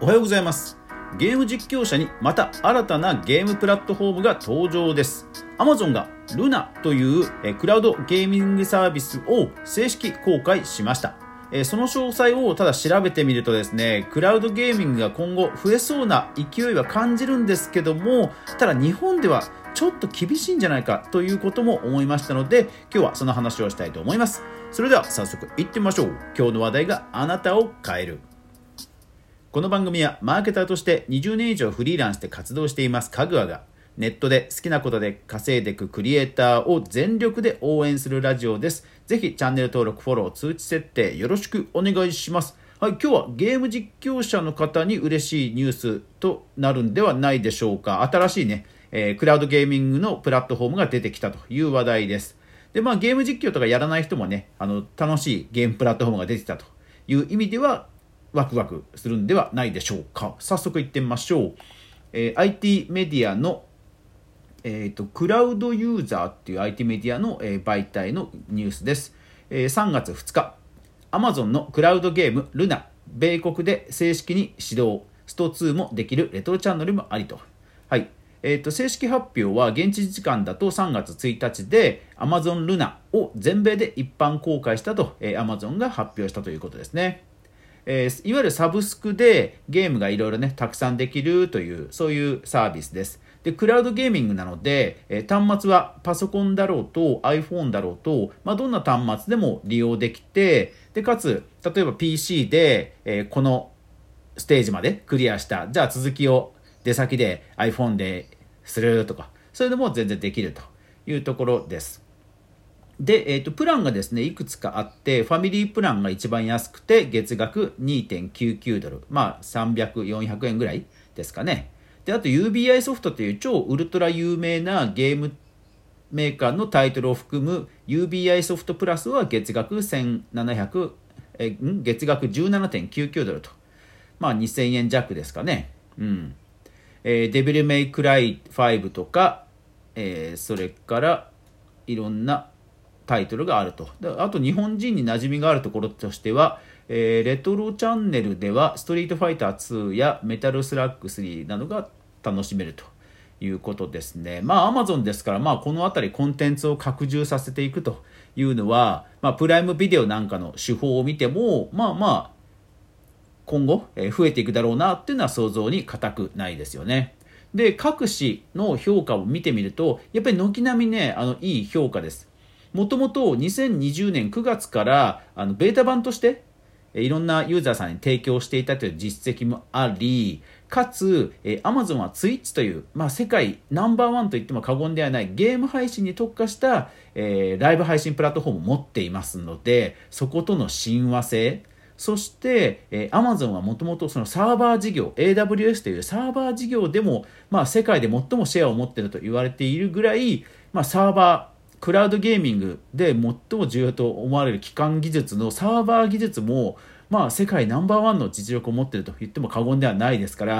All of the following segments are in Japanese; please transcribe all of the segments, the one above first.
おはようございます。ゲーム実況者にまた新たなゲームプラットフォームが登場です。 Amazon がルナというクラウドゲーミングサービスを正式公開しました。その詳細をただ調べてみるとですね、クラウドゲーミングが今後増えそうな勢いは感じるんですけども、ただ日本ではちょっと厳しいんじゃないかということも思いましたので、今日はその話をしたいと思います。それでは早速いってみましょう。今日の話題があなたを変える。この番組はマーケターとして20年以上フリーランスで活動していますかぐわが、ネットで好きなことで稼いでいくクリエイターを全力で応援するラジオです。ぜひチャンネル登録、フォロー、通知設定よろしくお願いします。はい、今日はゲーム実況者の方に嬉しいニュースとなるんではないでしょうか。新しいね、クラウドゲーミングのプラットフォームが出てきたという話題です。で、ゲーム実況とかやらない人もね、楽しいゲームプラットフォームが出てきたという意味ではワクワクするんではないでしょうか。早速いってみましょう。IT メディアの、クラウドユーザーっていう IT メディアの、媒体のニュースです。3月2日、Amazon のクラウドゲームルナ、米国で正式に始動、スト2もできるレトロチャンネルもありと。はい。正式発表は現地時間だと3月1日で Amazon ルナを全米で一般公開したと、Amazon が発表したということですね。いわゆるサブスクでゲームがいろいろねたくさんできるというそういうサービスです。でクラウドゲーミングなので、端末はパソコンだろうと iPhone だろうと、どんな端末でも利用できて、でかつ例えば PC で、このステージまでクリアした、じゃあ続きを出先で iPhone でするとか、それでも全然できるというところです。で、プランがですねいくつかあって、ファミリープランが一番安くて月額 2.99 ドル、300、400円ぐらいですかね。で、あと UBI ソフトという超ウルトラ有名なゲームメーカーのタイトルを含む UBI ソフトプラスは月額1700、月額 17.99 ドルと、2000円弱ですかね。デビルメイクライ5とか、それからいろんなタイトルがあると。あと日本人に馴染みがあるところとしては、レトロチャンネルではストリートファイター2やメタルスラッグ3などが楽しめるということですね。Amazon ですから、このあたりコンテンツを拡充させていくというのは、プライムビデオなんかの手法を見ても今後増えていくだろうなっていうのは想像に難くないですよね。で、各紙の評価を見てみるとやっぱり軒並みねいい評価です。もともと2020年9月からベータ版としていろんなユーザーさんに提供していたという実績もあり、かつ Amazon は Twitch という、世界ナンバーワンと言っても過言ではないゲーム配信に特化した、ライブ配信プラットフォームを持っていますので、そことの親和性、そして、Amazon はもともとそのサーバー事業 AWS というサーバー事業でも、世界で最もシェアを持っていると言われているぐらい、サーバークラウドゲーミングで最も重要と思われる基幹技術のサーバー技術も、世界ナンバーワンの実力を持っていると言っても過言ではないですから、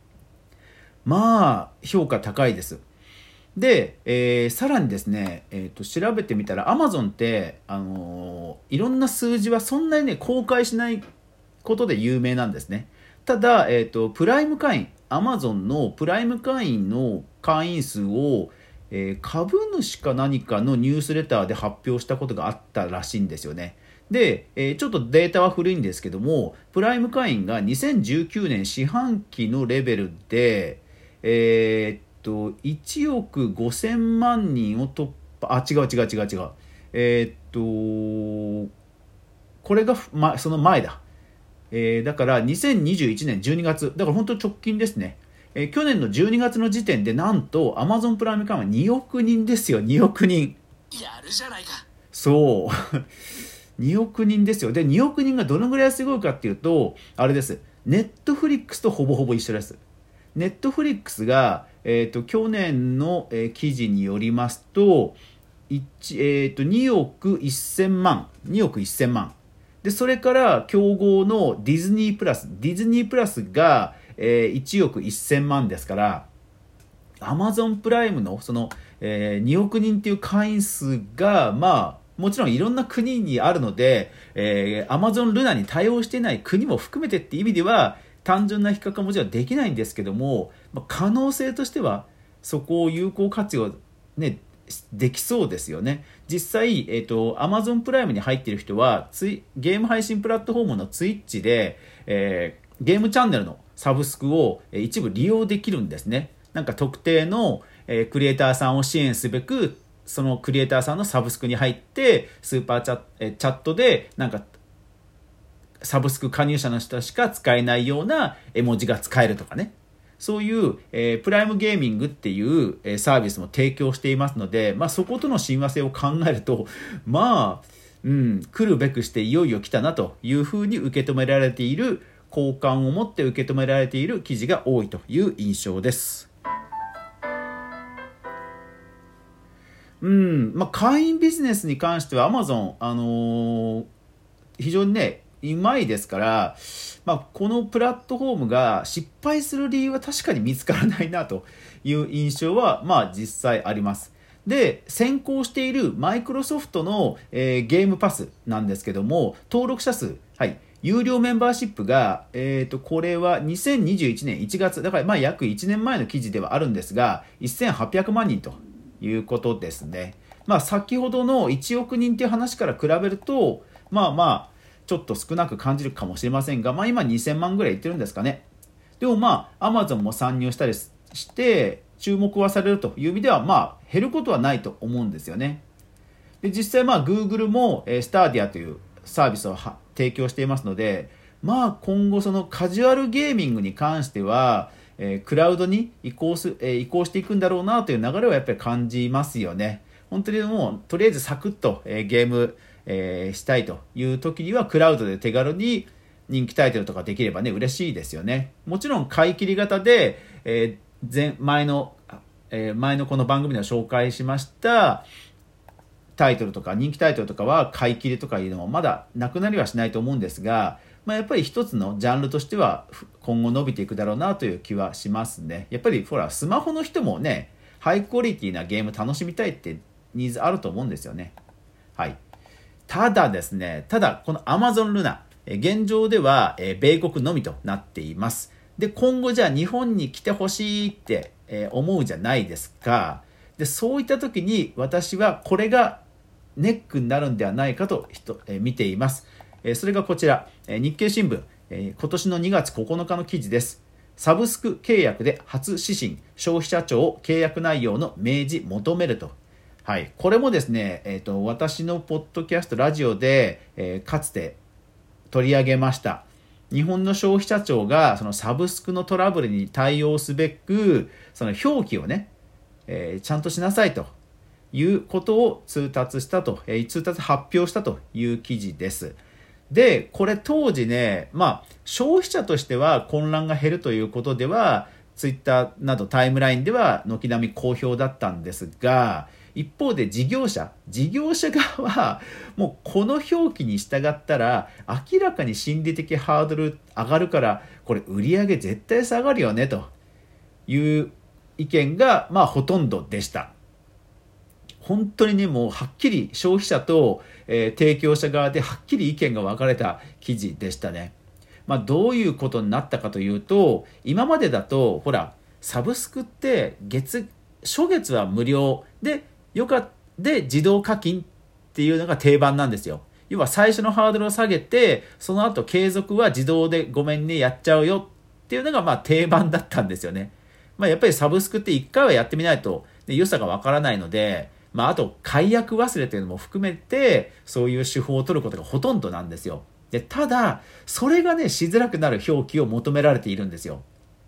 評価高いです。で、さらにですね、調べてみたら Amazon っていろんな数字はそんなにね公開しないことで有名なんですね。ただ、プライム会員 Amazon のプライム会員の会員数を株主か何かのニュースレターで発表したことがあったらしいんですよね。で、ちょっとデータは古いんですけども、プライム会員が2019年四半期のレベルで、1億5000万人を突破、違う。これが、その前だ。だから2021年12月、だから本当直近ですね。去年の12月の時点でなんと Amazon プライム会員は2億人ですよ。2億人やるじゃないか。 そう2億人ですよ。で2億人がどのぐらいすごいかっていうと、あれです、ネットフリックスとほぼほぼ一緒です。ネットフリックスが、去年の、記事によりますと2億1000万で、それから競合のディズニープラスが1億1000万ですから、アマゾンプライムのその、2億人っていう会員数がもちろんいろんな国にあるので、アマゾンルナに対応していない国も含めてっていう意味では単純な比較はもちろんできないんですけども、可能性としてはそこを有効活用、ね、できそうですよね。実際、Amazon プライムに入っている人はゲーム配信プラットフォームの Twitch で、ゲームチャンネルのサブスクを一部利用できるんですね。なんか特定のクリエイターさんを支援すべくそのクリエイターさんのサブスクに入ってスーパーチャットでなんかサブスク加入者の人しか使えないような絵文字が使えるとかね、そういう、プライムゲーミングっていう、サービスも提供していますので、そことの親和性を考えると来るべくしていよいよ来たなというふうに受け止められている、好感を持って受け止められている記事が多いという印象です。会員ビジネスに関しては Amazon、非常にねうまいですから、このプラットフォームが失敗する理由は確かに見つからないなという印象は実際あります。で、先行しているマイクロソフトの、ゲームパスなんですけども、登録者数、有料メンバーシップが、これは2021年1月だから約1年前の記事ではあるんですが、1800万人ということですね。先ほどの1億人という話から比べるとちょっと少なく感じるかもしれませんが、今2000万ぐらいいってるんですかね。でもAmazon も参入したりして注目はされるという意味では減ることはないと思うんですよね。で、実際Google もスターディアというサービスを提供していますので、今後そのカジュアルゲーミングに関してはクラウドに移行していくんだろうなという流れはやっぱり感じますよね。本当にもうとりあえずサクッとゲームしたいという時にはクラウドで手軽に人気タイトルとかできればね嬉しいですよね。もちろん買い切り型で、前のこの番組では紹介しましたタイトルとか人気タイトルとかは買い切りとかいうのもまだなくなりはしないと思うんですが、やっぱり一つのジャンルとしては今後伸びていくだろうなという気はしますね。やっぱりスマホの人もねハイクオリティなゲーム楽しみたいってニーズあると思うんですよね。ただこの Amazon ルナ現状では米国のみとなっています。で、今後じゃあ日本に来てほしいって思うじゃないですか。で、そういった時に私はこれがネックになるんではないかと見ています。それがこちら、日経新聞、今年の2月9日の記事です。サブスク契約で初指針、消費者庁契約内容の明示求めると。これもですね、私のポッドキャストラジオで、かつて取り上げました。日本の消費者庁がそのサブスクのトラブルに対応すべくその表記をね、ちゃんとしなさいということを通達発表したという記事です。で、これ当時ね、消費者としては混乱が減るということではツイッターなどタイムラインでは軒並み好評だったんですが、一方で事業者側はもうこの表記に従ったら明らかに心理的ハードル上がるからこれ売り上げ絶対下がるよねという意見がほとんどでした。本当にねもうはっきり消費者と、提供者側ではっきり意見が分かれた記事でしたね。どういうことになったかというと、今までだとサブスクって初月は無料で自動課金っていうのが定番なんですよ。要は最初のハードルを下げてその後継続は自動でごめんねやっちゃうよっていうのが定番だったんですよね。やっぱりサブスクって1回はやってみないと良さがわからないので、あと解約忘れというのも含めてそういう手法を取ることがほとんどなんですよ。で、ただそれがねしづらくなる表記を求められているんですよ。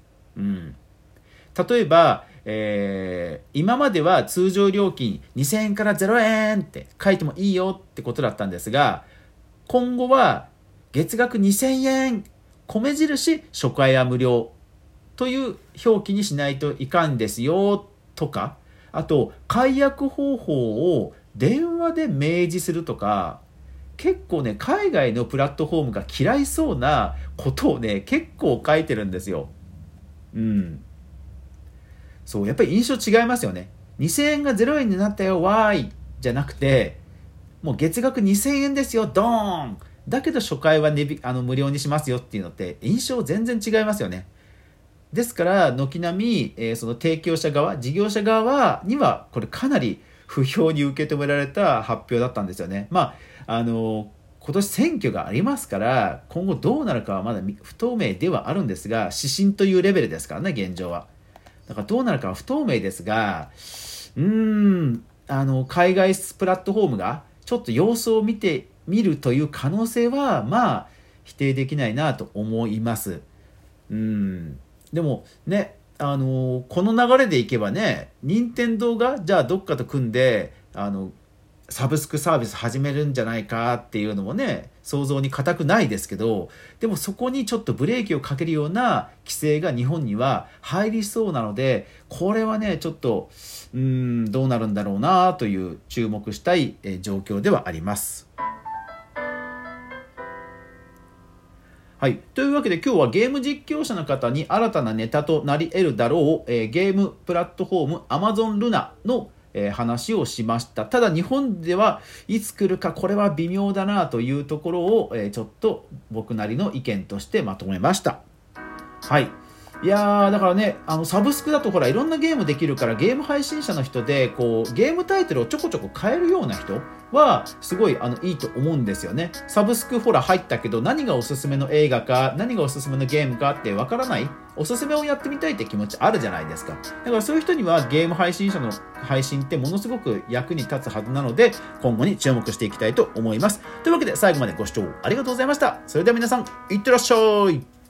例えば今までは通常料金2000円から0円って書いてもいいよってことだったんですが、今後は月額2000円米印初回は無料という表記にしないといかんですよとか、あと解約方法を電話で明示するとか、結構ね海外のプラットフォームが嫌いそうなことをね結構書いてるんですよ。そうやっぱり印象違いますよね。2000円が0円になったよわーいじゃなくて、もう月額2000円ですよドーンだけど初回は無料にしますよっていうのって印象全然違いますよね。ですから軒並み、その提供者側、事業者側にはこれかなり不評に受け止められた発表だったんですよね。今年選挙がありますから今後どうなるかはまだ不透明ではあるんですが、指針というレベルですからね、現状は。だからどうなるかは不透明ですが、海外プラットフォームがちょっと様子を見てみるという可能性は否定できないなと思います。でもね、この流れでいけばね、任天堂がじゃあどっかと組んでサブスクサービス始めるんじゃないかっていうのもね、想像に難くないですけど、でもそこにちょっとブレーキをかけるような規制が日本には入りそうなので、これはねちょっとどうなるんだろうなという注目したい状況ではあります。はい、というわけで今日はゲーム実況者の方に新たなネタとなり得るだろう、ゲームプラットフォーム Amazon Luna の話をしました。ただ日本ではいつ来るかこれは微妙だなというところをちょっと僕なりの意見としてまとめました。はい。いやーだからね、サブスクだとほらいろんなゲームできるから、ゲーム配信者の人でこうゲームタイトルをちょこちょこ変えるような人はすごいいいと思うんですよね。サブスクほら入ったけど何がおすすめの映画か何がおすすめのゲームかってわからない、おすすめをやってみたいって気持ちあるじゃないですか。だからそういう人にはゲーム配信者の配信ってものすごく役に立つはずなので、今後に注目していきたいと思います。というわけで最後までご視聴ありがとうございました。それでは皆さんいってらっしゃい。